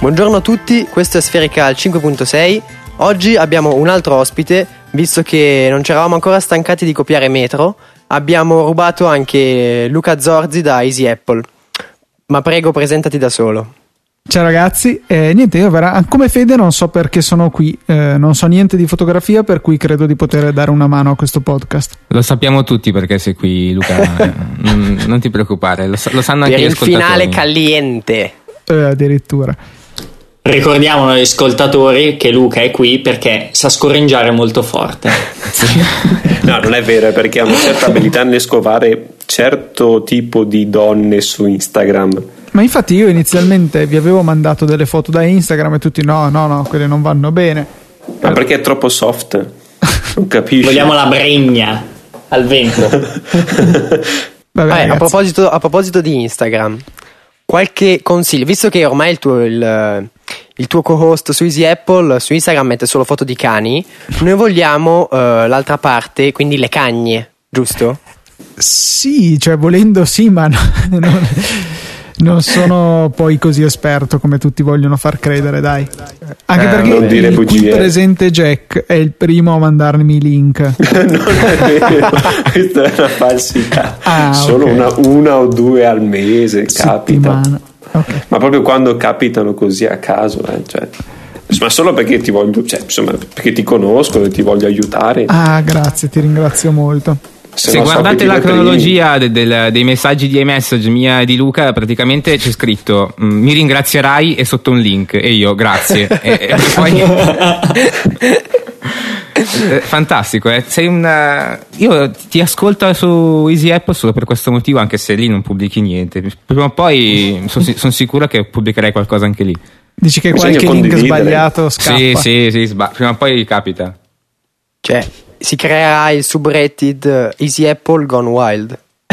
Buongiorno a tutti, questo è Sferical 5.6. Oggi abbiamo un altro ospite, visto che non ci eravamo ancora stancati di copiare Metro. Abbiamo rubato anche Luca Zorzi da Easy Apple. Ma prego, presentati da solo. Ciao ragazzi, niente, io come Fede non so perché sono qui, non so niente di fotografia, per cui credo di poter dare una mano a questo podcast. Lo sappiamo tutti perché sei qui, Luca. non ti preoccupare, lo sanno anche gli ascoltatori. Per il finale caliente. Addirittura. Ricordiamo agli ascoltatori che Luca è qui perché sa scorreggiare molto forte. No, non è vero, è perché ha una certa abilità nel scovare certo tipo di donne su Instagram. Ma infatti io inizialmente vi avevo mandato delle foto da Instagram e tutti no, quelle non vanno bene. Ma perché è troppo soft? Non capisci? Vogliamo la bregna al vento. Vabbè, a proposito di Instagram, qualche consiglio, visto che ormai il tuo co-host su Easy Apple su Instagram mette solo foto di cani, noi vogliamo l'altra parte, quindi le cagne, giusto? Sì, cioè volendo sì, ma non sono poi così esperto come tutti vogliono far credere, dai. Anche perché il qui presente Jack è il primo a mandarmi i link. Non è vero, questa è una falsità. Solo okay. una o due al mese capita. Okay. Ma proprio quando capitano così a caso, cioè, ma solo perché ti voglio, cioè, insomma, perché ti conosco e ti voglio aiutare. Ah, grazie, ti ringrazio molto. Se guardate la cronologia dei messaggi di iMessage mia e di Luca, praticamente c'è scritto mi ringrazierai e sotto un link e io grazie e poi fantastico, sei io ti ascolto su Easy Apple solo per questo motivo, anche se lì non pubblichi niente. Prima o poi sono sicuro che pubblicherai qualcosa anche lì. Dici che qualche link sbagliato scappa? Sì, prima o poi capita. Cioè, si creerà il subreddit Easy Apple Gone Wild.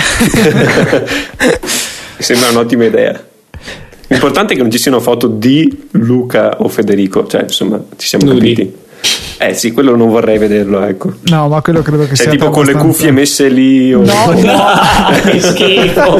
Mi sembra un'ottima idea. L'importante è che non ci siano foto di Luca o Federico, cioè insomma ci siamo capiti. Sì, quello non vorrei vederlo, ecco. No, ma quello credo che sia tipo con le cuffie messe lì o... No, che schifo.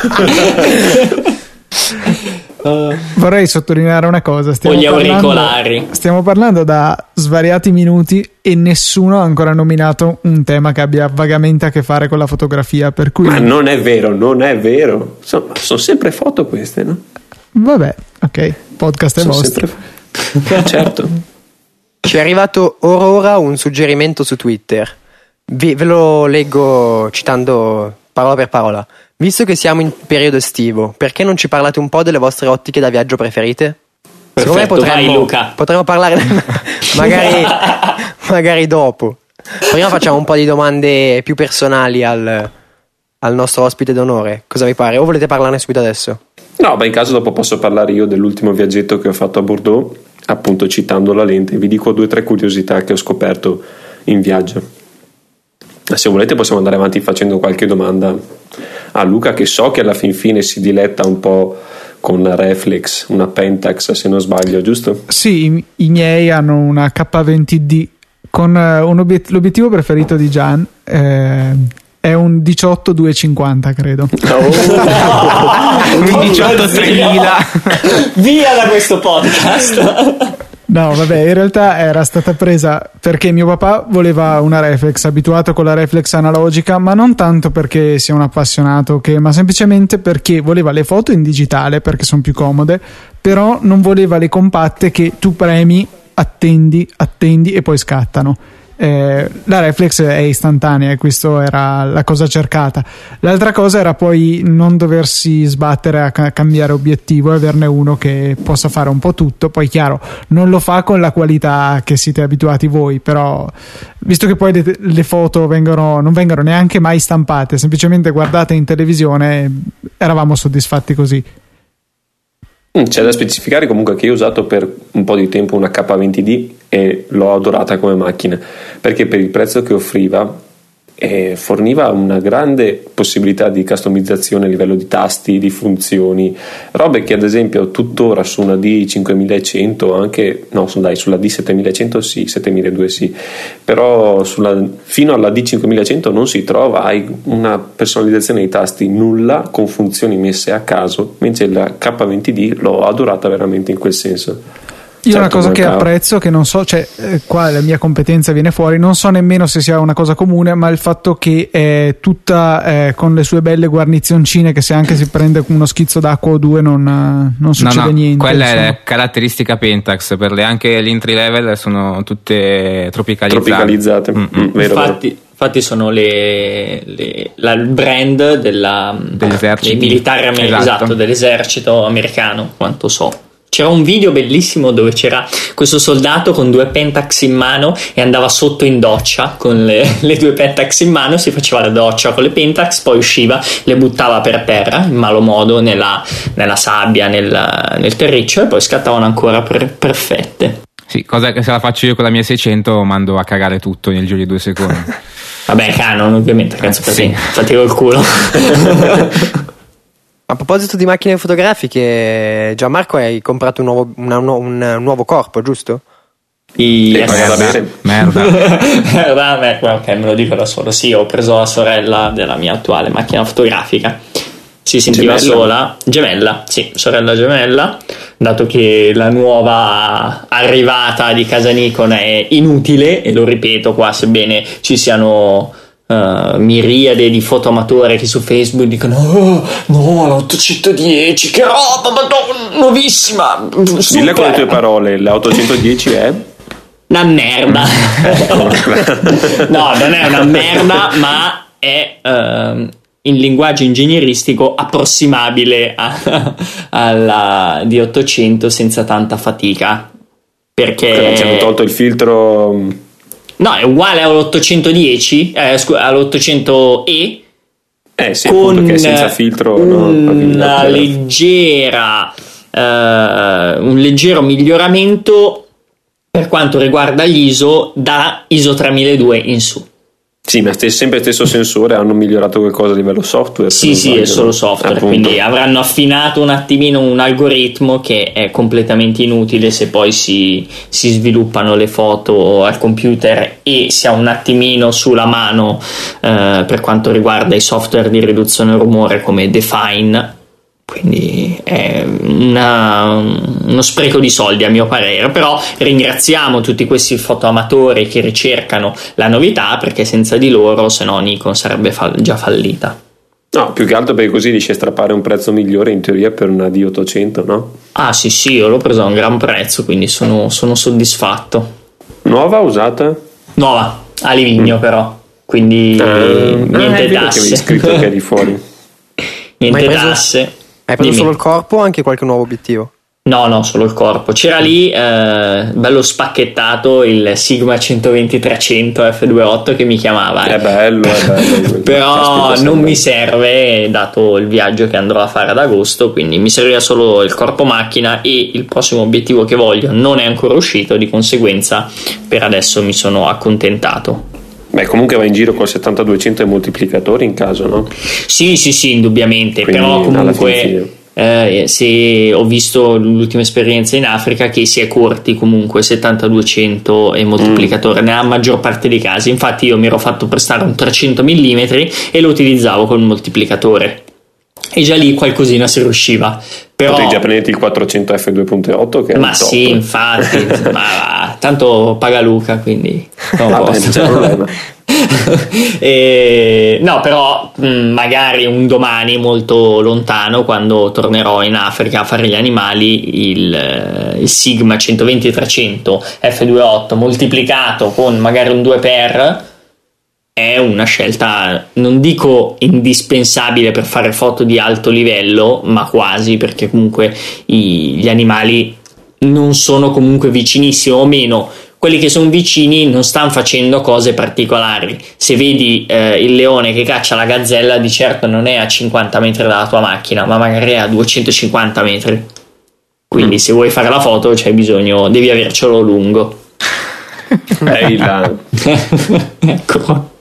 Vorrei sottolineare una cosa, stiamo parlando da svariati minuti e nessuno ha ancora nominato un tema che abbia vagamente a che fare con la fotografia, per cui... Ma non è vero, sono sempre foto queste, no? Vabbè, ok, podcast è vostro. Certo. Ci è arrivato ora un suggerimento su Twitter, ve lo leggo citando parola per parola. Visto che siamo in periodo estivo, perché non ci parlate un po' delle vostre ottiche da viaggio preferite? Perfetto, vai Luca. Potremmo parlare magari dopo. Prima facciamo un po' di domande più personali al nostro ospite d'onore. Cosa vi pare? O volete parlarne subito adesso? No, in caso dopo posso parlare io dell'ultimo viaggetto che ho fatto a Bordeaux, appunto citando la lente. Vi dico 2 o 3 curiosità che ho scoperto in viaggio. Se volete possiamo andare avanti facendo qualche domanda a Luca, che so che alla fin fine si diletta un po' con una reflex, una Pentax se non sbaglio, giusto? Sì, i miei hanno una K20D con l'obiettivo preferito di Gian è un 18-250 credo. Un 18-3000. Via da questo podcast. No, vabbè, in realtà era stata presa perché mio papà voleva una reflex, abituato con la reflex analogica, ma non tanto perché sia un appassionato, ma semplicemente perché voleva le foto in digitale perché sono più comode, però non voleva le compatte che tu premi, attendi e poi scattano. La reflex è istantanea e questa era la cosa cercata. L'altra cosa era poi non doversi sbattere a cambiare obiettivo e averne uno che possa fare un po' tutto. Poi chiaro, non lo fa con la qualità che siete abituati voi, però visto che poi le foto non vengono neanche mai stampate, semplicemente guardate in televisione, eravamo soddisfatti così. C'è da specificare comunque che io ho usato per un po' di tempo una K20D e l'ho adorata come macchina, perché per il prezzo che offriva forniva una grande possibilità di customizzazione a livello di tasti, di funzioni, robe che ad esempio tuttora su una D5100 anche, no dai, sulla D7100 sì, 7200 sì, però fino alla D5100 non si trova, hai una personalizzazione dei tasti nulla, con funzioni messe a caso, mentre la K20D l'ho adorata veramente in quel senso. Io una cosa che apprezzo, che non so, cioè qua la mia competenza viene fuori, non so nemmeno se sia una cosa comune, ma il fatto che è tutta con le sue belle guarnizioncine, che se anche si prende uno schizzo d'acqua o due non succede niente. Quella è caratteristica Pentax, per anche gli entry level sono tutte tropicalizzate. Vero. Infatti sono il brand dell'esercito, dei militari esatto, dell'esercito americano, quanto so. C'era un video bellissimo dove c'era questo soldato con 2 Pentax in mano e andava sotto in doccia con le 2 Pentax in mano, si faceva la doccia con le Pentax, poi usciva, le buttava per terra in malo modo nella sabbia, nel terriccio, e poi scattavano ancora perfette. Sì, cosa che se la faccio io con la mia 600 mando a cagare tutto nel giro di 2 secondi. Vabbè, Canon ovviamente, cazzo così, sì. fatti col culo. A proposito di macchine fotografiche, Gianmarco, hai comprato un nuovo corpo, giusto? Merda. Ok, me lo dico da solo. Sì, ho preso la sorella della mia attuale macchina fotografica. Si sentiva sola, gemella, sì, sorella gemella, dato che la nuova arrivata di casa Nikon è inutile, e lo ripeto qua, sebbene ci siano miriade di fotoamatori che su Facebook dicono no, l'810 che roba, madonna, nuovissima, super. Dille con le tue parole, la 810 è una merda. No, non è una merda, ma è in linguaggio ingegneristico approssimabile alla D800 senza tanta fatica, perché ci hanno tolto il filtro. No, è uguale all'810, all'800E. Sì, con appunto, che è senza filtro, una leggera un leggero miglioramento per quanto riguarda l'ISO da ISO 3002 in su. Sì, ma sempre il stesso sensore, hanno migliorato qualcosa a livello software? Sì, è solo software, appunto. Quindi avranno affinato un attimino un algoritmo che è completamente inutile se poi si sviluppano le foto al computer e si ha un attimino sulla mano per quanto riguarda i software di riduzione rumore come Define. Quindi è uno spreco di soldi a mio parere, però ringraziamo tutti questi fotoamatori che ricercano la novità, perché senza di loro se no Nikon sarebbe già fallita. No, più che altro perché così riesci a strappare un prezzo migliore in teoria per una D800, no? Ah sì, io l'ho preso a un gran prezzo, quindi sono soddisfatto. Nuova o usata? Nuova, alivigno però, quindi niente tasse. Che avevi scritto che eri fuori. Niente tasse. Hai preso solo il corpo o anche qualche nuovo obiettivo? No, solo il corpo. C'era lì bello spacchettato il Sigma 120-300 f2.8 che mi chiamava. È bello. Però non mi serve, dato il viaggio che andrò a fare ad agosto, quindi mi serviva solo il corpo macchina, e il prossimo obiettivo che voglio non è ancora uscito, di conseguenza per adesso mi sono accontentato. Beh, comunque vai in giro col 70-200 e moltiplicatori in caso, no? Sì, indubbiamente. Quindi, però comunque se ho visto l'ultima esperienza in Africa che si è corti comunque 70-200 e moltiplicatore nella maggior parte dei casi. Infatti io mi ero fatto prestare un 300 mm e lo utilizzavo con il moltiplicatore, e già lì qualcosina si riusciva. Però potevi già prenderti il 400 f2.8 che è ma sì, infatti ma tanto paga Luca, quindi non c'è problema. No, però magari un domani molto lontano, quando tornerò in Africa a fare gli animali, il Sigma 120-300 f2.8 moltiplicato con magari un 2x è una scelta, non dico indispensabile per fare foto di alto livello, ma quasi, perché comunque gli animali non sono comunque vicinissimi, o meno quelli che sono vicini non stanno facendo cose particolari. Se vedi il leone che caccia la gazzella, di certo non è a 50 metri dalla tua macchina, ma magari è a 250 metri. Quindi se vuoi fare la foto c'hai bisogno, devi avercelo lungo. Ehi là. Ecco.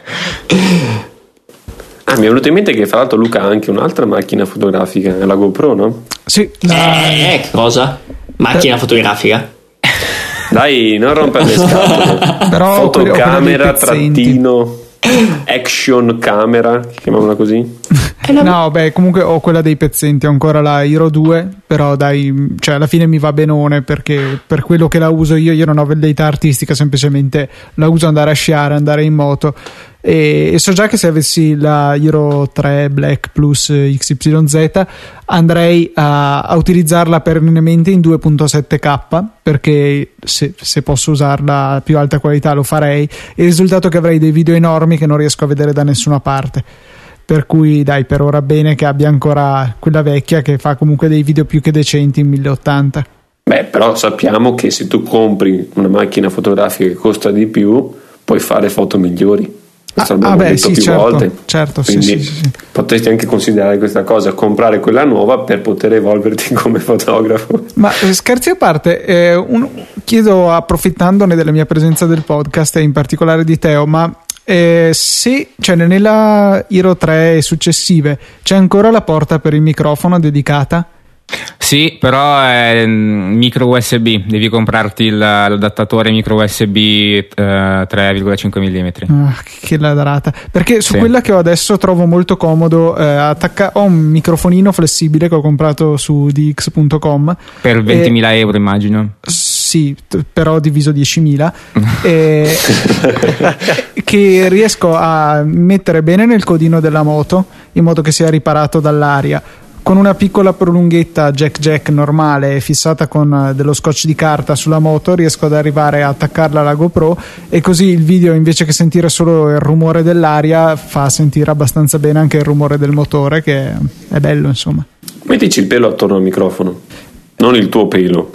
Mi è venuto in mente che fra l'altro Luca ha anche un'altra macchina fotografica, la GoPro, no? Sì. Cosa? Macchina fotografica? Dai, non rompere le scatole. Però fotocamera trattino action camera, chiamiamola così. No, beh, comunque ho quella dei pezzenti, ho ancora la Hero 2, però dai, cioè alla fine mi va benone, perché per quello che la uso io non ho velleità artistica, semplicemente la uso andare a sciare, andare in moto, e so già che se avessi la Hero 3 Black Plus XYZ andrei a utilizzarla perennemente in 2.7K, perché se posso usarla a più alta qualità lo farei. Il risultato è che avrei dei video enormi che non riesco a vedere da nessuna parte. Per cui dai, per ora bene che abbia ancora quella vecchia che fa comunque dei video più che decenti in 1080. Beh, però sappiamo che se tu compri una macchina fotografica che costa di più puoi fare foto migliori. Questo l'abbiamo detto più volte. Certo, quindi sì. potresti anche considerare questa cosa, comprare quella nuova per poter evolverti come fotografo. Ma scherzi a parte, chiedo, approfittandone della mia presenza del podcast e in particolare di Teo, ma se cioè nella Hero 3 e successive c'è ancora la porta per il microfono dedicata? Sì, però è micro USB, devi comprarti l'adattatore micro USB 3,5 mm. Che ladrata, perché su sì. Quella che ho adesso trovo molto comodo, ho un microfonino flessibile che ho comprato su dx.com per 20.000 euro immagino. Sì, però diviso 10.000 che riesco a mettere bene nel codino della moto in modo che sia riparato dall'aria, con una piccola prolunghetta jack normale fissata con dello scotch di carta sulla moto. Riesco ad arrivare a attaccarla alla GoPro e così il video, invece che sentire solo il rumore dell'aria, fa sentire abbastanza bene anche il rumore del motore, che è bello, insomma. Mettici il pelo attorno al microfono, non il tuo pelo.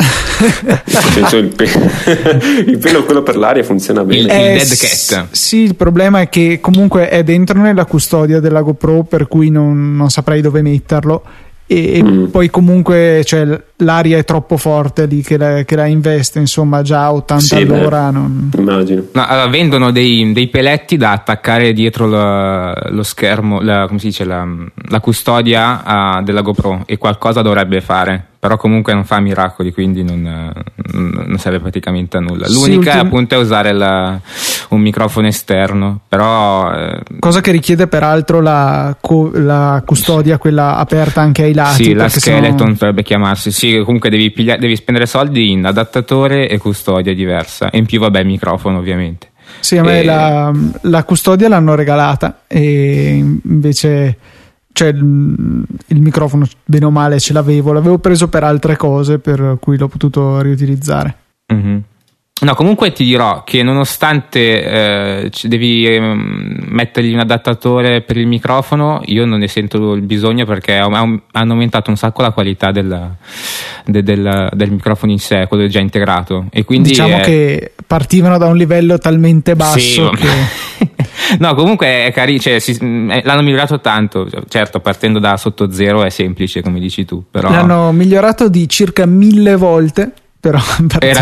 il pelo quello per l'aria funziona bene. Il dead cat. Sì, il problema è che comunque è dentro nella custodia della GoPro, per cui non saprei dove metterlo, e poi comunque cioè, l'aria è troppo forte lì che la investe, insomma, già a 80 sì, all'ora immagino. No, allora, vendono dei peletti da attaccare dietro lo schermo, come si dice, la custodia della GoPro, e qualcosa dovrebbe fare, però comunque non fa miracoli, quindi non serve praticamente a nulla. L'unica appunto è usare un microfono esterno, però cosa che richiede peraltro la custodia, quella aperta anche ai lati. Sì, la skeleton dovrebbe chiamarsi. Sì, comunque devi spendere soldi in adattatore e custodia diversa, e in più vabbè microfono ovviamente. Sì, a me la custodia l'hanno regalata, e invece cioè il microfono bene o male ce l'avevo preso per altre cose, per cui l'ho potuto riutilizzare. Mm-hmm. No, comunque ti dirò che nonostante devi mettergli un adattatore per il microfono, io non ne sento il bisogno, perché hanno aumentato un sacco la qualità del microfono in sé, quello già integrato, e quindi diciamo che partivano da un livello talmente basso, sì, che no, comunque è carino, cioè, l'hanno migliorato tanto. Certo, partendo da sotto zero è semplice, come dici tu, però l'hanno migliorato di circa 1000 volte, però era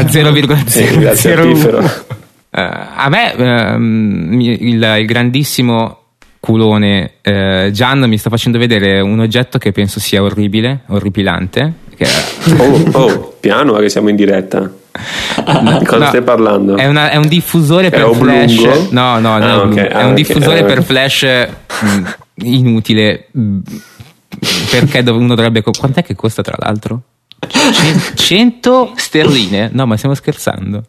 0,01. A me il grandissimo culone Gian mi sta facendo vedere un oggetto che penso sia orripilante, che piano, che siamo in diretta. Di cosa stai parlando? È un diffusore per flash. No, okay. È un diffusore per flash inutile, perché uno dovrebbe. Quant'è che costa, tra l'altro? 100 sterline? No, ma stiamo scherzando.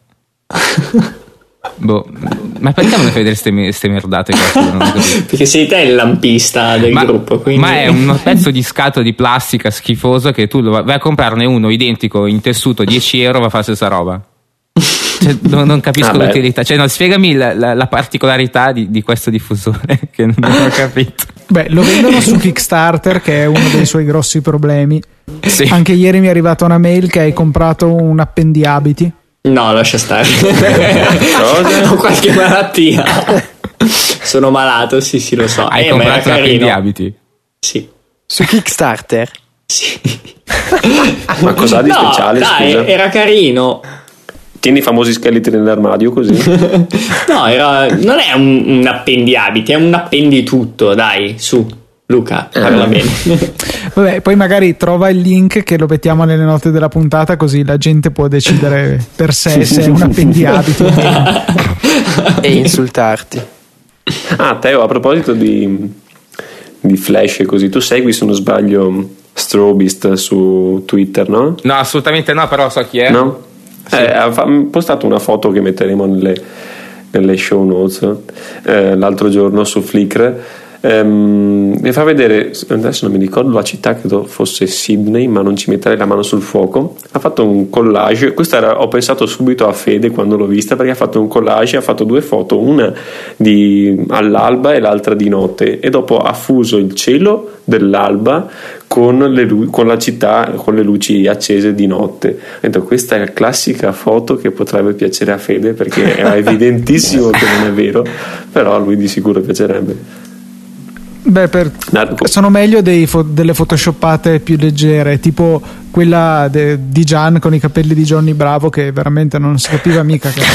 Ma perché non vedere ste merdate? Perché sei te il lampista del gruppo, quindi. Ma è un pezzo di scatole di plastica schifoso che tu vai a comprarne uno identico in tessuto 10 euro, va a fare la stessa roba. Cioè, non capisco l'utilità. Cioè, no, spiegami la particolarità di questo diffusore, che non ho capito. Beh, lo vendono su Kickstarter, che è uno dei suoi grossi problemi. Sì. Anche ieri mi è arrivata una mail che hai comprato un appendiabiti. No, lascia stare. Cosa? Ho qualche malattia. Sono malato, sì, lo so. Hai comprato un appendiabiti? Sì. Su Kickstarter? Sì. Ma cos'ha di speciale? Dai, scusa? era carino. Tieni i famosi scheletri nell'armadio così. No, non è un appendiabiti, è un appenditutto, dai, su Luca, parla bene. Vabbè, poi magari trova il link che lo mettiamo nelle note della puntata, così la gente può decidere per sé se è un appendiabiti e insultarti. Teo, a proposito di flash e così, tu segui, se non sbaglio, Strobist su Twitter, no? No, assolutamente no, però so chi è. No? Sì. Ha postato una foto che metteremo nelle show notes l'altro giorno su Flickr, e fa vedere, adesso non mi ricordo la città, credo fosse Sydney, ma non ci metterei la mano sul fuoco. Ha fatto un collage, ho pensato subito a Fede quando l'ho vista, perché ha fatto un collage, ha fatto 2 foto, una all'alba e l'altra di notte, e dopo ha fuso il cielo dell'alba con la città con le luci accese di notte. Ho detto, questa è la classica foto che potrebbe piacere a Fede, perché è evidentissimo che non è vero, però a lui di sicuro piacerebbe. Beh, sono meglio delle photoshoppate più leggere, tipo quella di Gian con i capelli di Johnny Bravo, che veramente non si capiva mica che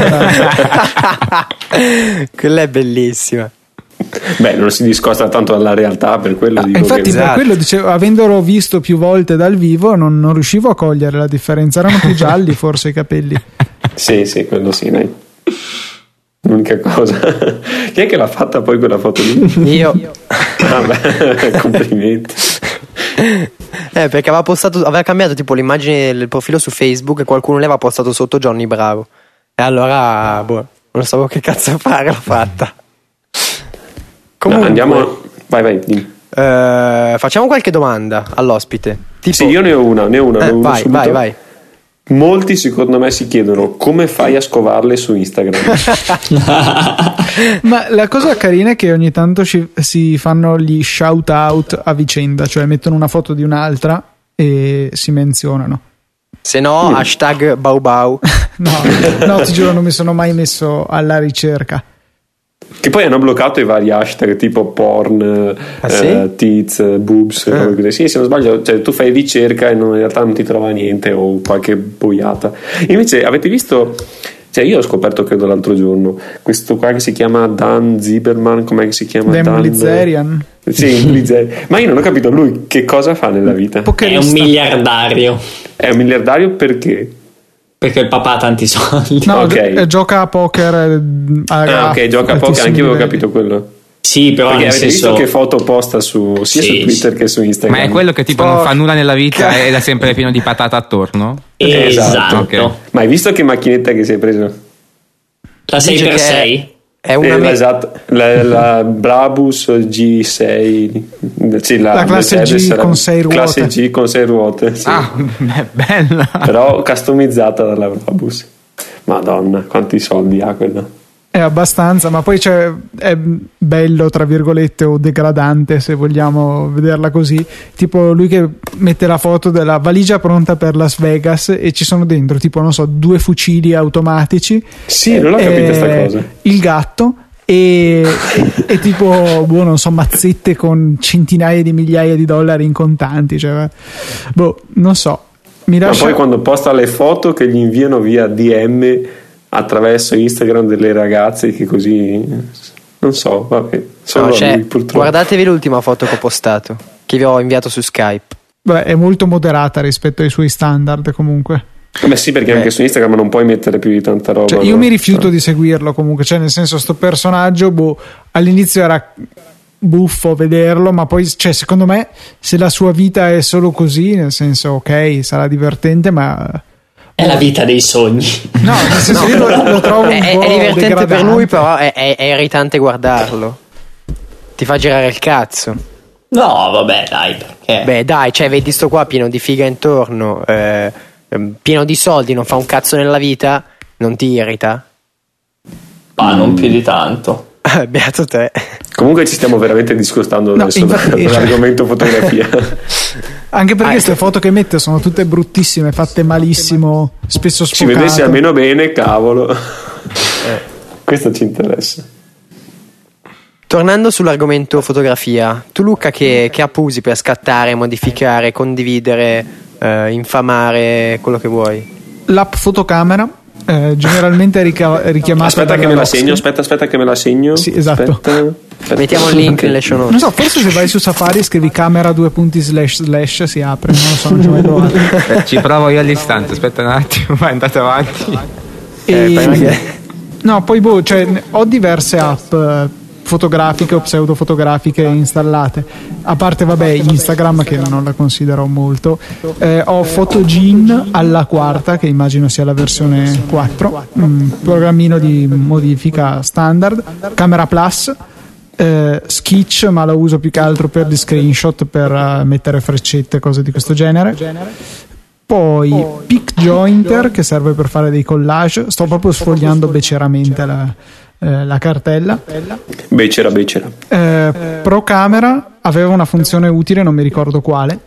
quella è bellissima. Beh, non si discosta tanto dalla realtà, per quello dico infatti che... per quello dicevo, avendolo visto più volte dal vivo non riuscivo a cogliere la differenza, erano più gialli forse i capelli. Sì, quello sì, dai. L'unica cosa. Chi è che l'ha fatta poi quella foto lì? Io. Vabbè, complimenti. Perché aveva cambiato tipo l'immagine del profilo su Facebook e qualcuno le aveva postato sotto Johnny Bravo, e allora non sapevo che cazzo fare, l'ho fatta. Comunque, andiamo. Vai. Facciamo qualche domanda all'ospite. Tipo... Sì, io ne ho una. Vai. Molti secondo me si chiedono come fai a scovarle su Instagram. Ma la cosa carina è che ogni tanto si fanno gli shout out a vicenda, cioè mettono una foto di un'altra e si menzionano. Se no, hashtag baubau. No, ti giuro, non mi sono mai messo alla ricerca. Che poi hanno bloccato i vari hashtag tipo porn, tits, boobs, sì, se non sbaglio, cioè tu fai ricerca e in realtà non ti trova niente, o qualche boiata. Invece avete visto, cioè io ho scoperto credo l'altro giorno questo qua che si chiama Dan Zimmerman, com'è che si chiama? Dan Bilzerian. Sì, Bilzerian. Ma io non ho capito lui che cosa fa nella vita. È un miliardario. È un miliardario perché? Perché il papà ha tanti soldi. No, gioca a poker. Ok, gioca a poker, anche io avevo capito quello. Sì, però perché nel avete visto che foto posta sia su Twitter che su Instagram. Ma è quello che tipo non fa nulla nella vita ed è sempre pieno di patata attorno? Esatto. Okay. Ma hai visto che macchinetta che si è preso? La 6x6? È una esatto, la Brabus G6, sì, la classe G con 6 ruote. Classe G con 6 ruote, sì. Bella. Però customizzata dalla Brabus. Madonna, quanti soldi ha quella. È abbastanza, ma poi è bello tra virgolette o degradante, se vogliamo vederla così, tipo lui che mette la foto della valigia pronta per Las Vegas e ci sono dentro tipo non so 2 fucili automatici. Sì, non ho capito questa cosa. Il gatto e tipo non so, mazzette con centinaia di migliaia di dollari in contanti, cioè non so, ma poi quando posta le foto che gli inviano via DM attraverso Instagram delle ragazze, che così non so, vabbè, lui, purtroppo. Guardatevi l'ultima foto che ho postato, che vi ho inviato su Skype. Beh, è molto moderata rispetto ai suoi standard comunque. Beh sì, perché anche su Instagram non puoi mettere più di tanta roba. Cioè, io mi rifiuto di seguirlo comunque, cioè nel senso sto personaggio all'inizio era buffo vederlo, ma poi cioè, secondo me se la sua vita è solo così, nel senso ok, sarà divertente, ma è la vita dei sogni. No, nel senso io lo trovo un po' è divertente degradante. per lui, però è irritante guardarlo. Ti fa girare il cazzo. No, vabbè, dai, perché? Beh, dai, cioè vedi sto qua pieno di figa intorno, pieno di soldi, non fa un cazzo nella vita, non ti irrita? Ma non più di tanto. Beato te. Comunque ci stiamo veramente discostando adesso dall'argomento fotografia. Anche perché queste foto che mette sono tutte bruttissime, fatte malissimo, spesso sfocate. Ci vedessi almeno bene, cavolo. Questo ci interessa. Tornando sull'argomento fotografia, tu Luca che app usi per scattare, modificare, condividere, infamare, quello che vuoi? L'app fotocamera generalmente richiamato. Aspetta che me la segno, aspetta che me la segno. Sì, esatto. Aspetta. Mettiamo il link nelle show notes. Non so, forse se vai su Safari e scrivi camera // si apre, non lo so, non ci ho mai provato. Ci provo io all'istante, aspetta un attimo, vai, andate avanti. No, poi ho diverse app fotografiche o pseudofotografiche installate, a parte Instagram, che non la considero molto. Ho Photogene alla quarta, che immagino sia la versione 4, un programmino di modifica standard. Camera Plus, Sketch, ma lo uso più che altro per gli screenshot, per mettere freccette, cose di questo genere. Poi PicJointer, che serve per fare dei collage. Sto proprio sfogliando beceramente la cartella. Becera. Pro Camera aveva una funzione utile, non mi ricordo quale.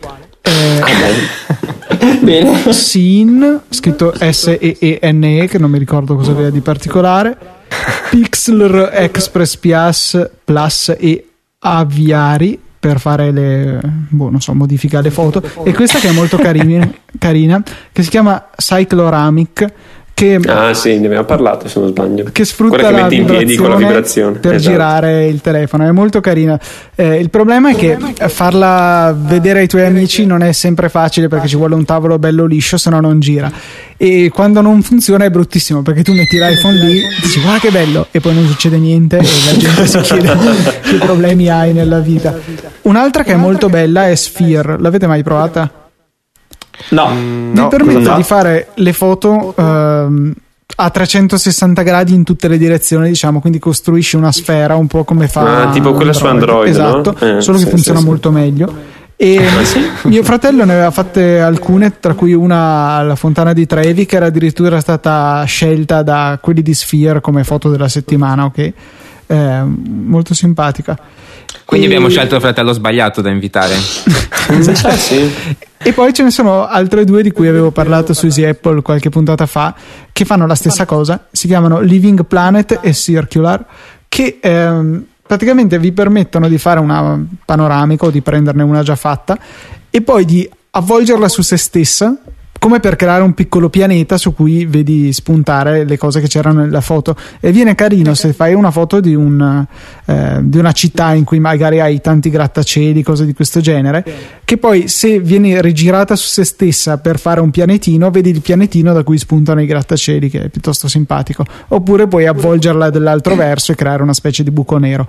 Bene. Scene, scritto SEENE, che non mi ricordo cosa aveva di particolare. Pixlr Express Plus e Aviary, per fare le modifiche alle foto. E questa che è molto carina, che si chiama Cycloramic, che sì, ne abbiamo parlato se non sbaglio, che sfrutta la vibrazione per girare il telefono. È molto carina. Il problema è che farla vedere ai tuoi amici non è sempre facile, perché ci vuole un tavolo bello liscio, se no non gira, e quando non funziona è bruttissimo, perché tu metti l'iPhone lì, dici guarda che bello, e poi non succede niente e la gente si chiede che problemi hai nella vita. Un'altra che è molto bella è Sphere. L'avete mai provata? No. Mi permette di fare le foto a 360 gradi in tutte le direzioni, diciamo, quindi costruisci una sfera un po' come fa tipo quella su Android, esatto, no? Solo che funziona molto meglio. E mio fratello ne aveva fatte alcune, tra cui una alla Fontana di Trevi, che era addirittura stata scelta da quelli di Sphere come foto della settimana. Ok, molto simpatica. Quindi abbiamo scelto il fratello sbagliato da invitare. Sì. E poi ce ne sono altre due di cui avevo parlato su Easy Apple qualche puntata fa, che fanno la stessa cosa. Si chiamano Living Planet e Circular, che praticamente vi permettono di fare una panoramica o di prenderne una già fatta e poi di avvolgerla su se stessa, come per creare un piccolo pianeta su cui vedi spuntare le cose che c'erano nella foto. E viene carino se fai una foto di una città in cui magari hai tanti grattacieli, cose di questo genere, che poi se viene rigirata su se stessa per fare un pianetino, vedi il pianetino da cui spuntano i grattacieli, che è piuttosto simpatico. Oppure puoi avvolgerla dall'altro verso e creare una specie di buco nero.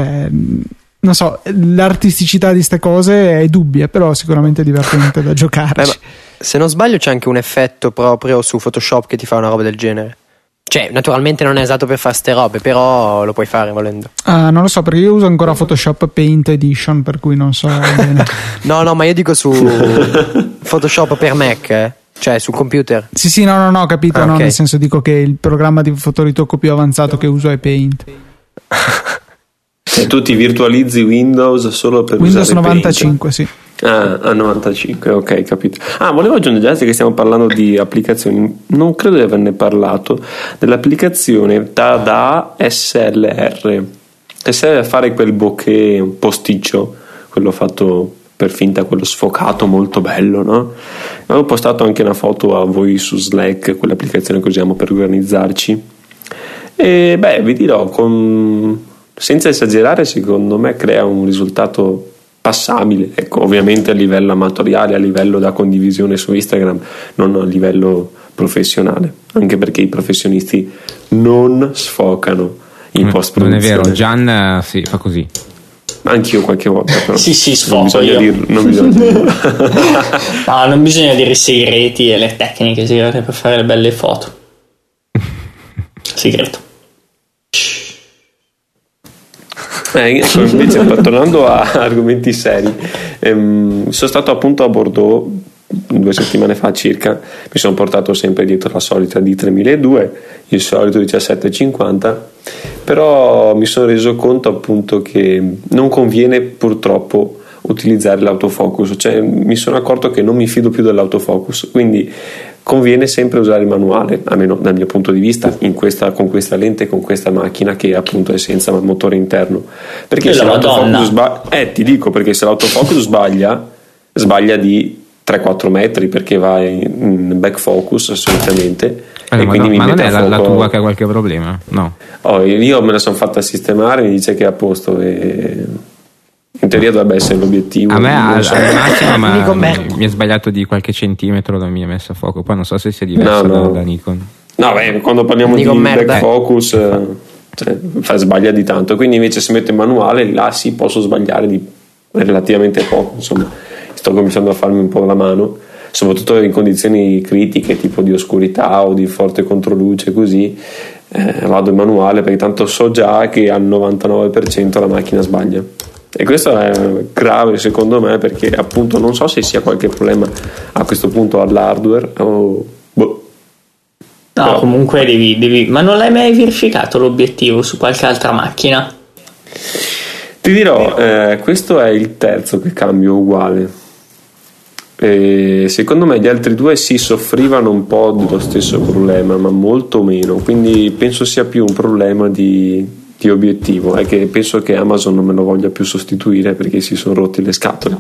Non so, l'artisticità di ste cose è dubbia, però sicuramente divertente da giocare. Se non sbaglio c'è anche un effetto proprio su Photoshop che ti fa una roba del genere. Cioè, naturalmente non è esatto per fare ste robe, però lo puoi fare volendo. Non lo so, perché io uso ancora Photoshop Paint Edition, per cui non so bene. No, ma io dico su Photoshop per Mac, cioè sul computer. Sì, no, capito, no, okay. Nel senso dico che il programma di fotoritocco più avanzato che uso è Paint. E tu ti virtualizzi Windows solo per Windows usare 95, Paint. Sì. A 95, ok, capito. Volevo aggiungere, che stiamo parlando di applicazioni, non credo di averne parlato, dell'applicazione Tada SLR. Serve a fare quel bokeh posticcio, quello fatto per finta, quello sfocato molto bello, no? Avevo postato anche una foto a voi su Slack, quell'applicazione che usiamo per organizzarci, e vi dirò, senza esagerare, secondo me crea un risultato passabile, ecco, ovviamente a livello amatoriale, a livello da condivisione su Instagram, non a livello professionale, anche perché i professionisti non sfocano in post-produzione. Non è vero, Gian sì, fa così. Anch'io qualche volta, però. Sì, sfoco io. Non bisogna dirlo. No, non bisogna dire i segreti e le tecniche segrete per fare le belle foto. Segreto. Invece, tornando a argomenti seri, sono stato appunto a Bordeaux 2 settimane fa circa. Mi sono portato sempre dietro la solita D3002, il solito 1750, però mi sono reso conto appunto che non conviene purtroppo utilizzare l'autofocus, cioè mi sono accorto che non mi fido più dell'autofocus, quindi conviene sempre usare il manuale, almeno dal mio punto di vista, con questa lente, con questa macchina che appunto è senza motore interno, perché se l'autofocus ti dico, perché se l'autofocus sbaglia di 3-4 metri, perché va in back focus solitamente, e quindi mi ma non mette è a la fuoco. tua che ha qualche problema? No. Io me la sono fatta sistemare, mi dice che è a posto e in teoria dovrebbe essere l'obiettivo. A me non so. al massimo Nikon ma Merc. mi è sbagliato di qualche centimetro, mi ha messo a fuoco. Poi non so se sia diverso No. da Nikon. No, quando parliamo Nikon di merda. back focus sbaglia di tanto, quindi invece se metto in manuale là sì posso sbagliare di relativamente poco, insomma sto cominciando a farmi un po' la mano, soprattutto in condizioni critiche tipo di oscurità o di forte controluce, così vado in manuale perché tanto so già che al 99% la macchina sbaglia. E questo è grave secondo me, perché appunto non so se sia qualche problema a questo punto all'hardware o boh. No, Però- comunque devi. Ma non l'hai mai verificato l'obiettivo su qualche altra macchina? Ti dirò, questo è il terzo che cambio uguale. E secondo me gli altri due si soffrivano un po' dello stesso problema, ma molto meno. Quindi penso sia più un problema di obiettivo. È che penso che Amazon non me lo voglia più sostituire perché si sono rotti le scatole.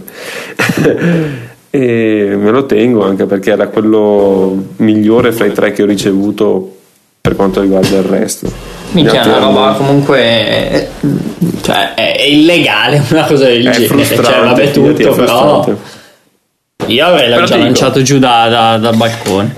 E me lo tengo anche perché era quello migliore fra i tre che ho ricevuto per quanto riguarda il resto. Minchia, Gli una altri roba hanno- comunque. Cioè, è illegale una cosa del È genere. frustrante, Cioè, vabbè, fidati, tutto, è però. frustrante. Io avrei Però già ti dico- lanciato giù dal balcone.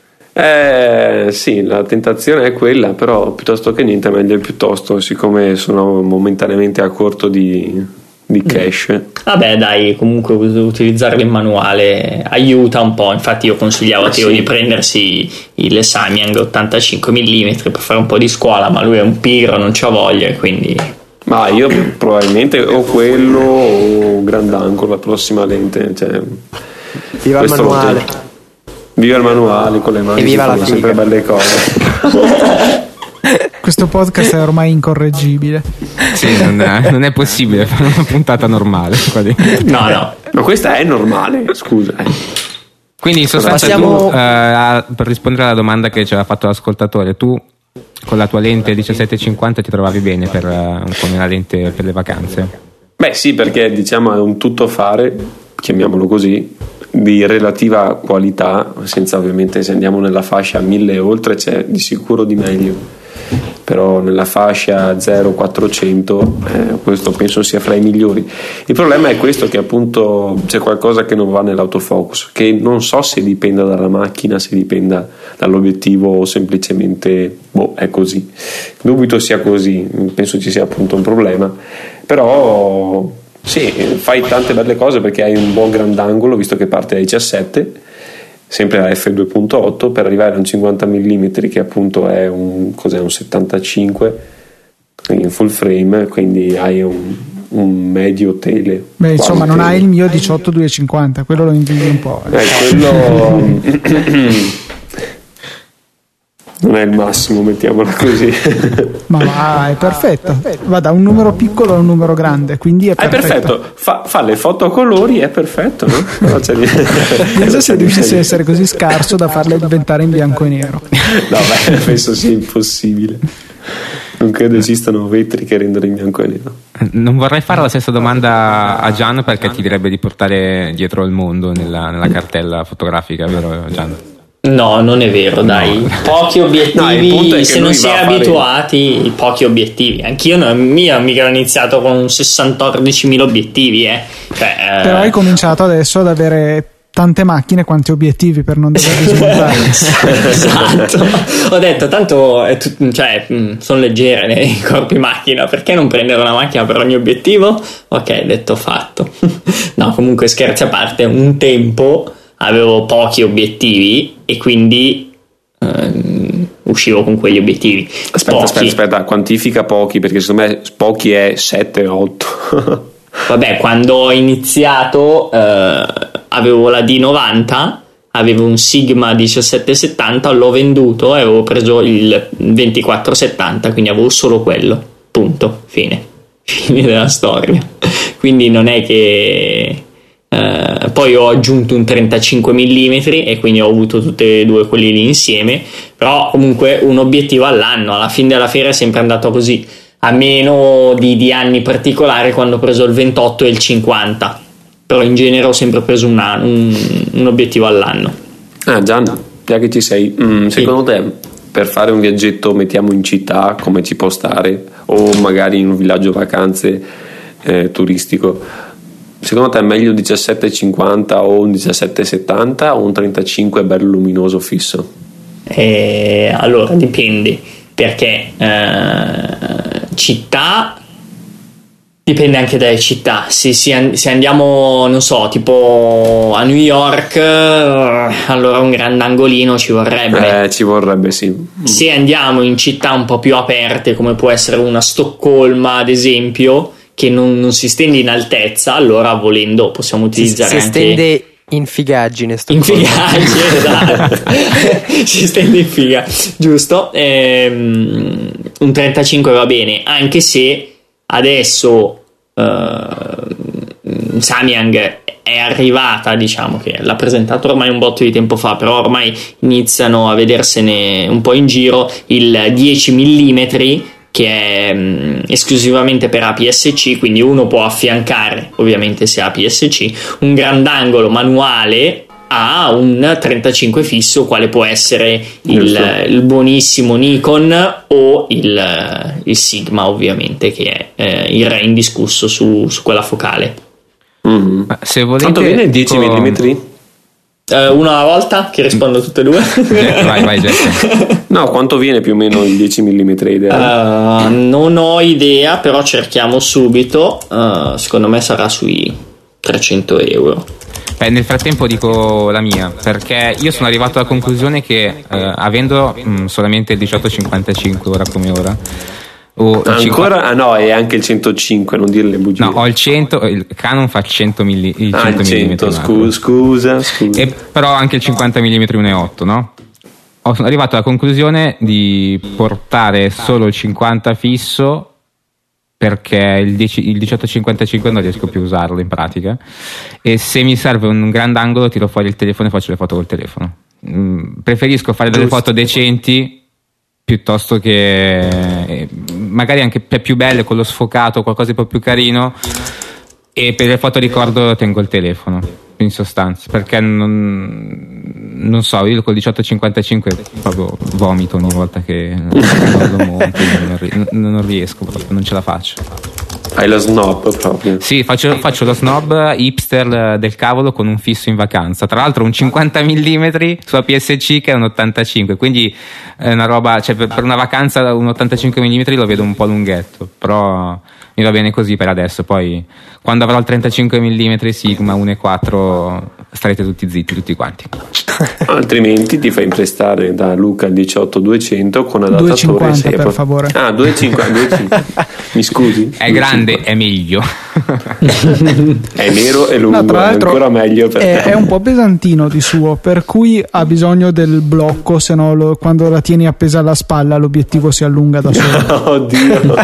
Sì, la tentazione è quella, però piuttosto che niente, meglio piuttosto, siccome sono momentaneamente a corto di cash. Vabbè, dai, comunque utilizzarlo in manuale aiuta un po'. Infatti, io consigliavo a Teo sì. di prendersi il Samyang 85 mm per fare un po' di scuola, ma lui è un pigro, non c'ha voglia, e quindi. Ma io probabilmente o quello o grandangolo, la prossima lente. Cioè, Viva il questo lo manuale. tengo. Viva il manuale con le mani, E viva si la fanno sempre figa. belle cose. Questo podcast è ormai incorreggibile. Sì, non è possibile fare una puntata normale qua dentro. No. Ma questa è normale, scusa. Quindi in sostanza Passiamo- tu, per rispondere alla domanda che ci aveva fatto l'ascoltatore, tu con la tua lente 1750 ti trovavi bene con una lente per le vacanze? Beh sì, perché diciamo è un tuttofare, chiamiamolo così, di relativa qualità, senza ovviamente, se andiamo nella fascia 1000 e oltre c'è di sicuro di meglio, però nella fascia 0-400 questo penso sia fra i migliori. Il problema è questo, che appunto c'è qualcosa che non va nell'autofocus, che non so se dipenda dalla macchina, se dipenda dall'obiettivo o semplicemente è così. Dubito sia così, penso ci sia appunto un problema, però sì, fai tante belle cose perché hai un buon grandangolo, visto che parte da 17, sempre a f2.8, per arrivare a un 50 mm che appunto è un 75 in full frame, quindi hai un medio tele. Beh, insomma, non tele. hai il mio 18-250, quello lo invidi un po'. Quello non è il massimo, mettiamola così. Ma va, è perfetto. Va da un numero piccolo a un numero grande, quindi è È perfetto. perfetto, fa le foto a colori, è perfetto, no? Però c'è Penso se riuscisse a essere così scarso da farle diventare in bianco e nero. No, beh, penso sia impossibile. Non credo esistano vetri che rendono in bianco e nero. Non vorrei fare la stessa domanda a Gian, perché ti direbbe di portare dietro il mondo nella cartella fotografica, vero Gian? No, non è vero, dai. Pochi No, il punto è obiettivi, che se non lui si va è a fare- abituati, pochi obiettivi. Anch'io mica ho iniziato con 14.000 obiettivi, Cioè, Però hai cominciato adesso ad avere tante macchine quanti obiettivi per non doverli smontare. Esatto. Ho detto, tanto sono leggere nei corpi macchina, perché non prendere una macchina per ogni obiettivo? Ok, detto fatto. No, comunque scherzi a parte, un tempo avevo pochi obiettivi e quindi uscivo con quegli obiettivi. Aspetta, quantifica pochi, perché secondo me pochi è 7-8. Vabbè, quando ho iniziato avevo la D90, avevo un Sigma 1770, l'ho venduto e avevo preso il 2470, quindi avevo solo quello, punto, fine della storia. Quindi non è che poi ho aggiunto un 35 mm e quindi ho avuto tutte e due quelli lì insieme, però comunque un obiettivo all'anno, alla fine della fiera è sempre andato così, a meno di anni particolari quando ho preso il 28 e il 50, però in genere ho sempre preso un obiettivo all'anno. Gian, già che ci sei, secondo te per fare un viaggetto, mettiamo in città, come ci può stare, o magari in un villaggio vacanze turistico, secondo te è meglio un 17,50 o un 17,70 o un 35 bello luminoso fisso? Allora dipende, perché città dipende anche dalle città. Se andiamo, non so, tipo a New York, allora un grandangolino ci vorrebbe. Ci vorrebbe, sì. Se andiamo in città un po' più aperte, come può essere una Stoccolma ad esempio, che non si stende in altezza, allora volendo possiamo utilizzare si anche... stende in figaggine, esatto. Si stende in figa, giusto. Un 35 va bene, anche se adesso Samyang è arrivata, diciamo che l'ha presentato ormai un botto di tempo fa, però ormai iniziano a vedersene un po' in giro, il 10 mm che è esclusivamente per APS-C, quindi uno può affiancare, ovviamente se ha APS-C, un grandangolo manuale a un 35 fisso, quale può essere il buonissimo Nikon o il Sigma, ovviamente, che è il re indiscusso su quella focale. Se volete, quanto viene il 10 mm? Una volta che rispondo a tutte e due. Vai Jack. No, quanto viene più o meno il 10 mm ideale? Non ho idea, però cerchiamo subito. Secondo me sarà sui 300 euro. Nel frattempo dico la mia, perché io sono arrivato alla conclusione che avendo solamente il 1855 ora come ora, o ancora? Ah no, è anche il 105, non dire le bugie. No, ho il 100, il Canon fa 100 mm, il 100 scusa. E però anche il 50 mm 1.8, no? Sono arrivato alla conclusione di portare solo il 50 fisso, perché il 1855 non riesco più a usarlo in pratica, e se mi serve un grandangolo tiro fuori il telefono e faccio le foto col telefono. Preferisco fare delle foto decenti piuttosto che magari anche più belle con lo sfocato, qualcosa di un po' più carino, e per le foto ricordo tengo il telefono in sostanza, perché non so, io col 1855 proprio vomito ogni volta che lo monto, non riesco proprio, non ce la faccio. Hai lo snob proprio? Sì, faccio lo snob hipster del cavolo con un fisso in vacanza, tra l'altro un 50 mm su APS-C che è un 85, quindi è una roba, cioè per una vacanza un 85 mm lo vedo un po' lunghetto, però mi va bene così per adesso. Poi quando avrò il 35 mm Sigma 1.4 starete tutti zitti, tutti quanti. Altrimenti ti fai imprestare da Luca il 18-200 con adattatore 2,50 per favore. 2,50. Mi scusi? È grande, è meglio. È nero e lungo, no, tra l'altro è ancora meglio per te. È un po' pesantino di suo, per cui ha bisogno del blocco, se no quando la tieni appesa alla spalla l'obiettivo si allunga da solo. Oddio.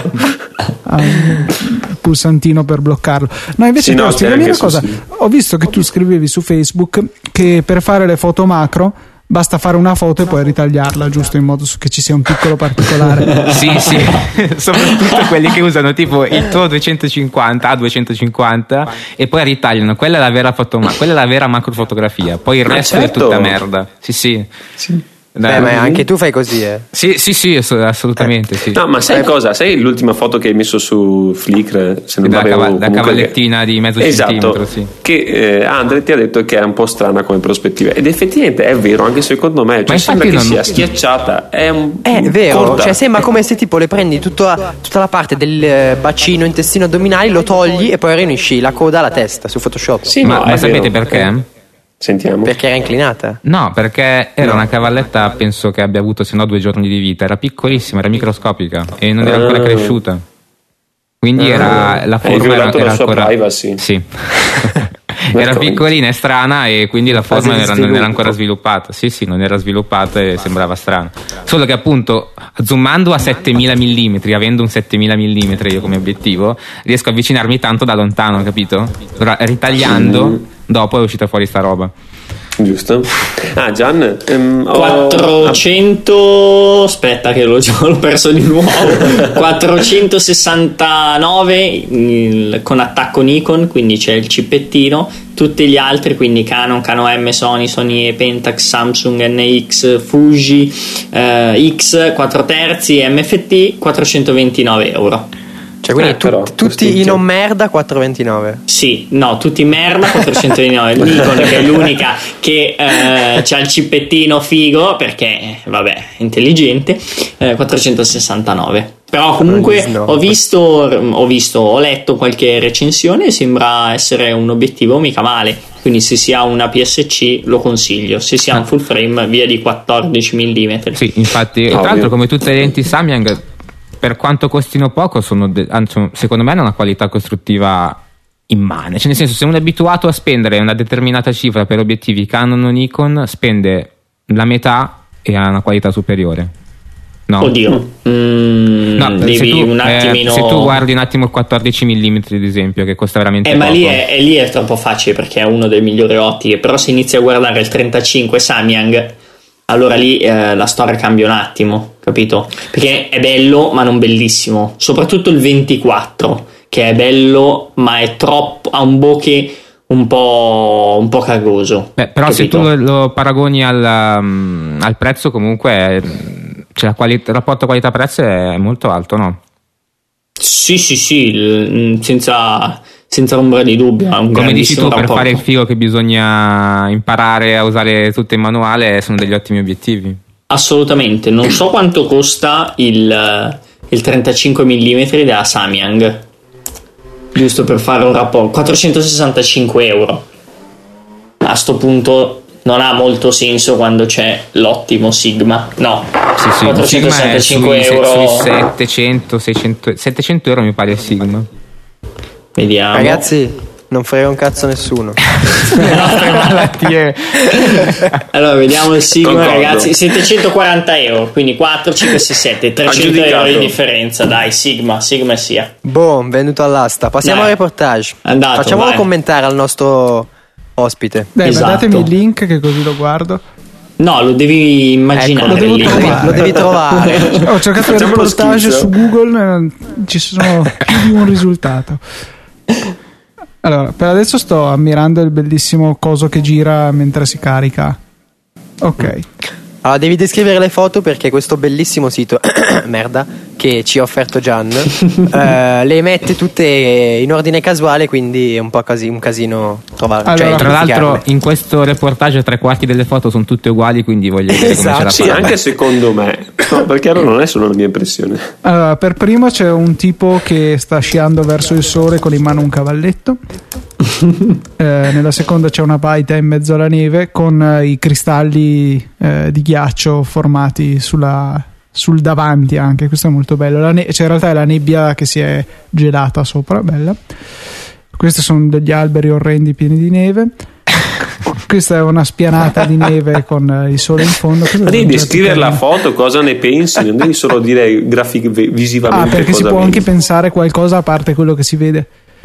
Un pulsantino per bloccarlo. No, invece sì, spiegami una cosa. Sì. Ho visto che tu scrivevi su Facebook che per fare le foto macro basta fare una foto e poi ritagliarla, giusto, in modo che ci sia un piccolo particolare. Sì, soprattutto quelli che usano tipo il tuo 250 A250 e poi ritagliano, quella è la vera quella è la vera macrofotografia, poi il resto è tutta merda. Sì. Ma anche tu fai così, Sì, assolutamente sì. No, ma sai cosa? Sai l'ultima foto che hai messo su Flickr? Se non la cavallettina di mezzo centimetro, sì. Che Andre ti ha detto che è un po' strana come prospettiva, ed effettivamente è vero anche secondo me, cioè sembra che sia schiacciata, è vero, corta. cioè sembra come se tipo le prendi tutta la parte del bacino, intestino addominali, lo togli e poi riunisci la coda alla testa su Photoshop. Sì, ma sapete perché? Sentiamo. Perché era inclinata? No, perché era una cavalletta, penso che abbia avuto 2 giorni di vita, era piccolissima, era microscopica e non era ancora cresciuta, quindi era la forma era la sua ancora privacy. Sì. Era piccolina e strana, e quindi la forma non era ancora sviluppata. Sì, non era sviluppata e sembrava strana. Solo che appunto zoomando a 7000 mm, avendo un 7000 mm io come obiettivo, riesco a avvicinarmi tanto da lontano, capito? Ritagliando dopo è uscita fuori sta roba. Giusto. Gian, 400 aspetta che l'ho perso di nuovo. 469 con attacco Nikon, quindi c'è il cippettino. Tutti gli altri, quindi Canon, Canon M, Sony E, Pentax, Samsung, NX, Fuji, X 4 terzi, MFT, 429 euro. Cioè, quindi tutti in non merda 429. Sì, no, tutti in merda 429. Nikon, che è l'unica che c'ha il cippettino figo, perché vabbè, intelligente, 469. Però comunque ho letto qualche recensione e sembra essere un obiettivo mica male. Quindi se si ha una PSC lo consiglio, se si ha un full frame via di 14 mm. Sì, infatti, tra l'altro come tutte le lenti Samyang, per quanto costino poco, anzi, secondo me hanno una qualità costruttiva immane. Cioè, nel senso, se uno è abituato a spendere una determinata cifra per obiettivi Canon o Nikon, spende la metà e ha una qualità superiore. No? Oddio, devi un attimino. Se tu guardi un attimo il 14 mm, ad esempio, che costa veramente poco. Ma lì è troppo facile, perché è uno delle migliori ottiche. Però se inizi a guardare il 35 Samyang, allora lì la storia cambia un attimo, capito? Perché è bello ma non bellissimo, soprattutto il 24, che è bello ma è troppo, ha un bokeh un po' cagoso. Però capito? Se tu lo paragoni al prezzo, comunque cioè il rapporto qualità-prezzo è molto alto, no? Sì, senza ombra di dubbio. Come dici tu, rapporto. Per fare il figo che bisogna imparare a usare tutto in manuale, sono degli ottimi obiettivi. Assolutamente. Non so quanto costa il 35 mm della Samyang, giusto per fare un rapporto. 465 euro. A sto punto non ha molto senso quando c'è l'ottimo Sigma. No, sì, 465 Sigma euro. Sui 700 euro mi pare il Sigma. Vediamo. Ragazzi, non frega un cazzo nessuno. Allora vediamo il Sigma. Concordo. Ragazzi, 740 euro, quindi 4, 5, 6, 7, 300 euro di differenza. Dai, Sigma sia. Boom, venduto all'asta. Passiamo al reportage. Facciamolo commentare al nostro ospite. Dai, Esatto. datemi il link che così lo guardo. No, lo devi immaginare. Ecco, lo devi trovare. Ho cercato il reportage su Google, ci sono più di un risultato. Allora, per adesso sto ammirando il bellissimo coso che gira mentre si carica. Ok. Allora, devi descrivere le foto, perché questo bellissimo sito merda che ci ha offerto Gian le mette tutte in ordine casuale, quindi è un po' un casino trovare. Allora, Tra l'altro in questo reportage 3/4 delle foto sono tutte uguali, quindi voglio vedere come ce la Sì, fa. anche secondo me. No, perché allora non è solo la mia impressione. Allora, per primo c'è un tipo che sta sciando verso il sole con in mano un cavalletto. Nella seconda c'è una baita in mezzo alla neve con i cristalli di ghiaccio formati sul davanti anche. Questo è molto bello. Cioè, in realtà è la nebbia che si è gelata sopra, bella. Questi sono degli alberi orrendi pieni di neve. Questa è una spianata di neve con il sole in fondo. Ma devi descrivere la foto, cosa ne pensi, non devi solo dire visivamente. Perché si può anche pensare qualcosa a parte quello che si vede.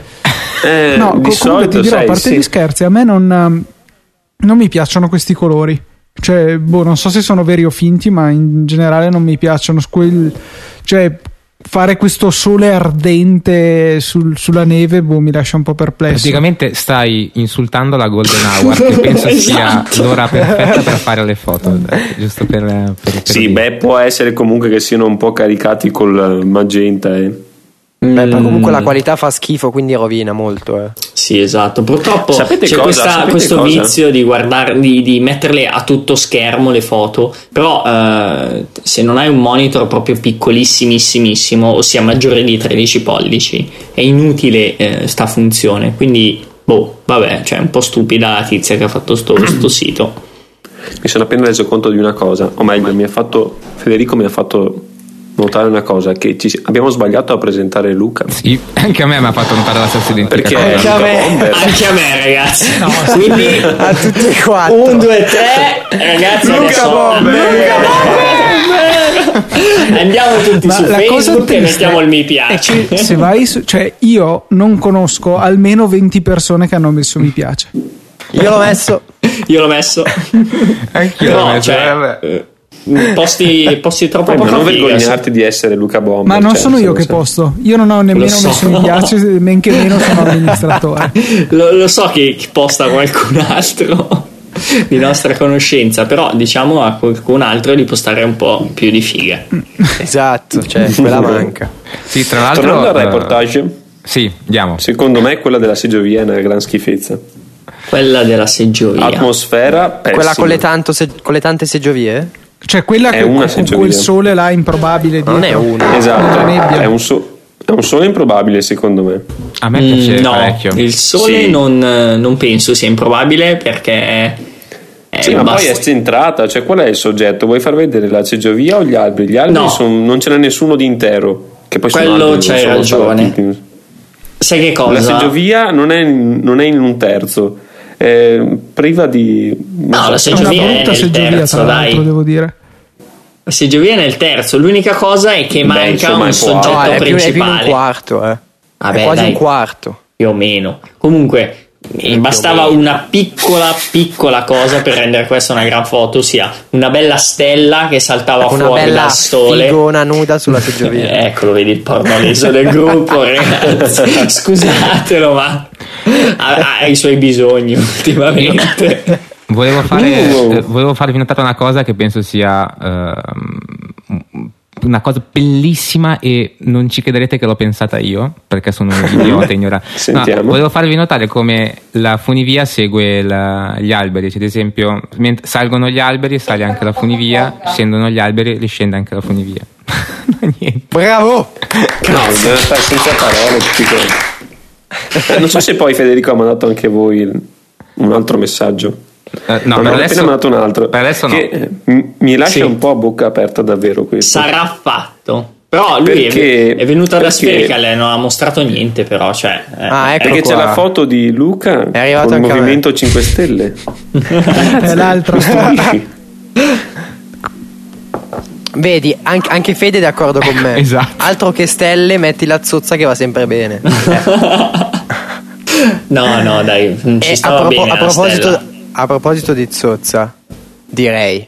No, di solito ti dirò, a parte gli scherzi, a me non mi piacciono questi colori. Cioè, non so se sono veri o finti, ma in generale non mi piacciono. Cioè, fare questo sole ardente sulla neve mi lascia un po' perplesso. Praticamente stai insultando la Golden Hour, che penso sia l'ora perfetta per fare le foto, giusto per sì, dire. può essere comunque che siano un po' caricati col magenta Però comunque la qualità fa schifo, quindi rovina molto. Sì, esatto. Purtroppo Sapete c'è cosa? questo cosa? vizio di guardare, di metterle a tutto schermo le foto. Però se non hai un monitor proprio piccolissimissimo, ossia maggiore di 13 pollici, è inutile sta funzione. Quindi vabbè, cioè è un po' stupida la tizia che ha fatto sto sito. Mi sono appena reso conto di una cosa, o meglio, Federico mi ha fatto notare una cosa, che abbiamo sbagliato a presentare Luca. Sì, anche a me mi ha fatto notare la stessa identica perché cosa. Anche a me, ragazzi. Quindi A tutti e quattro. 1, 2, 3, ragazzi. Luca Andiamo tutti su Facebook e mettiamo il mi piace. Se vai cioè, io non conosco almeno 20 persone che hanno messo mi piace. Io l'ho messo. Io l'ho messo. Anch'io l'ho messo. Posti troppo Ma poco non figa, vergognarti di essere Luca Bomber. Ma non cioè, sono io che senso- posto, io non ho nemmeno Lo so. messo mi piace, men che meno sono amministratore. Lo so che posta qualcun altro di nostra conoscenza, però diciamo a qualcun altro di postare un po' più di figa. Esatto, cioè quella manca. Sì, tra l'altro. Tornando al reportage, Sì, andiamo. secondo me quella della seggiovia è una gran schifezza. Quella della seggiovia. Atmosfera pessima. Quella con le tante seggiovie? Cioè quella È che una con seggiovia. quel sole là improbabile dietro. Non è una. Esatto, Nella nebbia. è un sole improbabile secondo me. A me piace no, parecchio. il sole Sì. non penso sia improbabile perché Sì, ma poi è centrata, cioè qual è il soggetto? Vuoi far vedere la seggiovia o gli alberi? Gli alberi No. non ce n'è nessuno di intero. Che poi sono Quello alberi, c'hai non sono ragione. partiti. sai che cosa? La seggiovia non è in un terzo, è priva di... No, la È seggiovia una è brutta nel seggiovia, terzo, tra l'altro, dai. devo dire. La seggiovia è nel terzo, l'unica cosa è che manca insomma, un è soggetto No, è più in principale. un quarto, Vabbè, è quasi dai. un quarto. Più o meno. Comunque bastava una piccola cosa per rendere questa una gran foto, ossia una bella stella che saltava Una fuori bella dal sole. figona nuda sulla seggiovia. Eccolo, vedi il pornoleso del gruppo, ragazzi. Scusatelo, ma ha i suoi bisogni ultimamente. Volevo farvi notare una cosa che penso sia una cosa bellissima e non ci crederete che l'ho pensata io perché sono un idiota ignorante. Sentiamo. No, volevo farvi notare come la funivia segue gli alberi, cioè, ad esempio mentre salgono gli alberi sale anche la funivia, scendono gli alberi riscende anche la funivia. Niente. Bravo! No, deve stare senza parole tutti quanti. Non so se poi Federico ha mandato anche voi un altro messaggio. No, non per ho adesso, appena mandato un altro per adesso no. che mi lascia Sì. un po' a bocca aperta davvero questo. Sarà fatto. Però lui Perché- è venuto da perché- Spherical, non ha mostrato niente, però cioè, Ah, ecco Perché c'è qua. la foto di Luca È arrivato con il anche a me. Movimento 5 Stelle. È l'altra storia. Capisci? Vedi, anche Fede è d'accordo con me. Esatto. Altro che stelle, metti la zozza che va sempre bene. no, dai, non ci E stava bene la stella. a proposito di zozza, direi.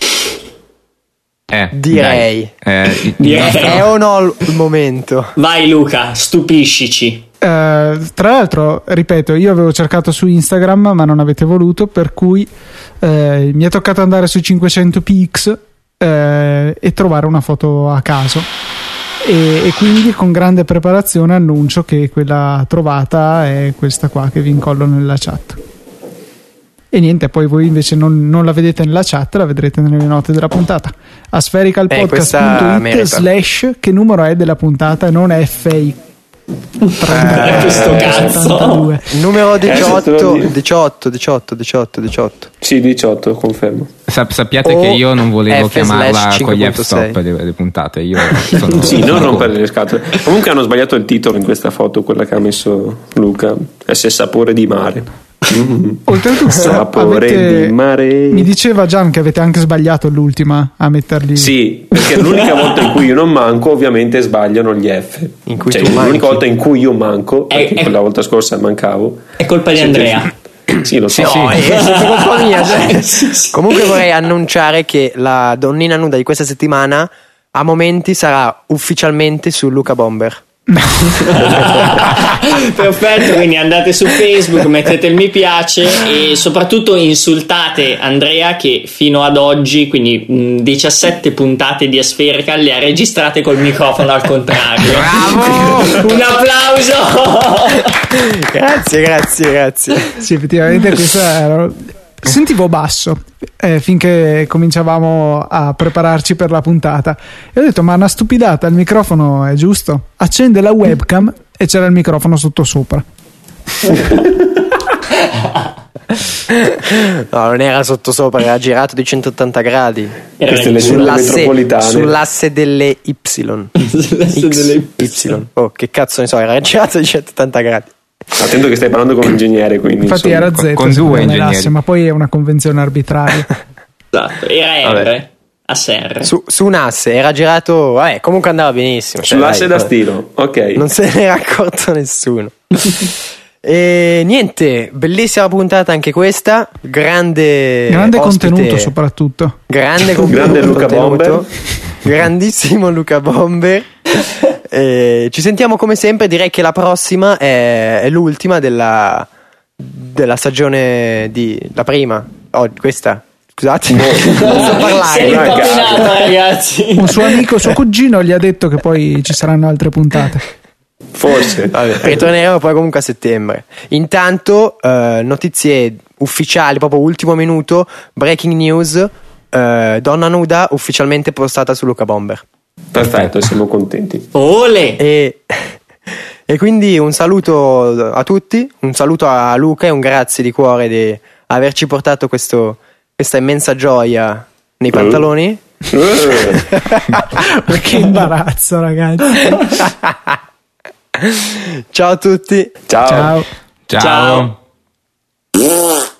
Direi. Direi. È o no il momento? Vai Luca, stupiscici. Tra l'altro, ripeto, io avevo cercato su Instagram ma non avete voluto, per cui mi è toccato andare su 500px e trovare una foto a caso e quindi con grande preparazione annuncio che quella trovata è questa qua che vi incollo nella chat. E niente, poi voi invece non la vedete nella chat, la vedrete nelle note della puntata. A questa sphericalpodcast.it merita. / che numero è della puntata e non è FI Questo cazzo. 72. Numero te lo 18. Sì, 18, confermo. Sappiate O che io non volevo chiamarla F/5.6. con gli F-stop le puntate. Io sono, Sì, non sono rompere le scatole. Comunque hanno sbagliato il titolo in questa foto, quella che ha messo Luca. È Se sapore di mare. Oltretutto Sapore di mare. mi diceva Gian che avete anche sbagliato l'ultima a metterli. Sì, perché l'unica volta in cui io non manco, ovviamente sbagliano gli F. In cui Cioè, tu manchi. l'unica volta in cui io manco, perché è- quella volta scorsa mancavo. È colpa di Andrea. Sì, lo so. No, è sempre colpa mia. cioè. Sì. Comunque vorrei annunciare che la donnina nuda di questa settimana a momenti sarà ufficialmente su Luca Bomber. Perfetto, quindi andate su Facebook, mettete il mi piace e soprattutto insultate Andrea che fino ad oggi, quindi 17 puntate di Aspherical le ha registrate col microfono al contrario. Bravo! Un applauso! Grazie. Sì, effettivamente questa era... Sentivo basso finché cominciavamo a prepararci per la puntata e ho detto ma una stupidata, il microfono è giusto? Accende la webcam e c'era il microfono sotto sopra. No, non era sottosopra, era girato di 180 gradi. Queste le metropolitane. Sull'asse delle Y. Sull'asse delle Y. Oh, che cazzo ne so, era girato di 180 gradi. Attento che stai parlando come ingegnere, quindi Infatti insomma. era Z con secondo due me ingegneri. l'asse, ma poi è una convenzione arbitraria. Esatto, era Vabbè. R a serra. Su un asse, era girato. Vabbè, comunque andava benissimo. cioè, Sull'asse dai, da stilo, ok. Non se ne era accorto nessuno. E niente, bellissima puntata anche questa, grande ospite, contenuto soprattutto. Grande Luca Bomber. Grandissimo Luca Bomber. Ci sentiamo come sempre, direi che la prossima è l'ultima della stagione la prima. Questa. Scusate, non so parlare. Sei incaminato, ragazzi. Un suo amico, suo cugino, gli ha detto che poi ci saranno altre puntate. Forse. Vabbè, ritorneremo poi comunque a settembre. Intanto notizie ufficiali, proprio ultimo minuto, breaking news, donna nuda ufficialmente postata su Luca Bomber. Perfetto, siamo contenti. Ole! E quindi un saluto a tutti, un saluto a Luca e un grazie di cuore di averci portato questa immensa gioia nei pantaloni. Che imbarazzo, ragazzi. Ciao a tutti. Ciao. Ciao. Ciao.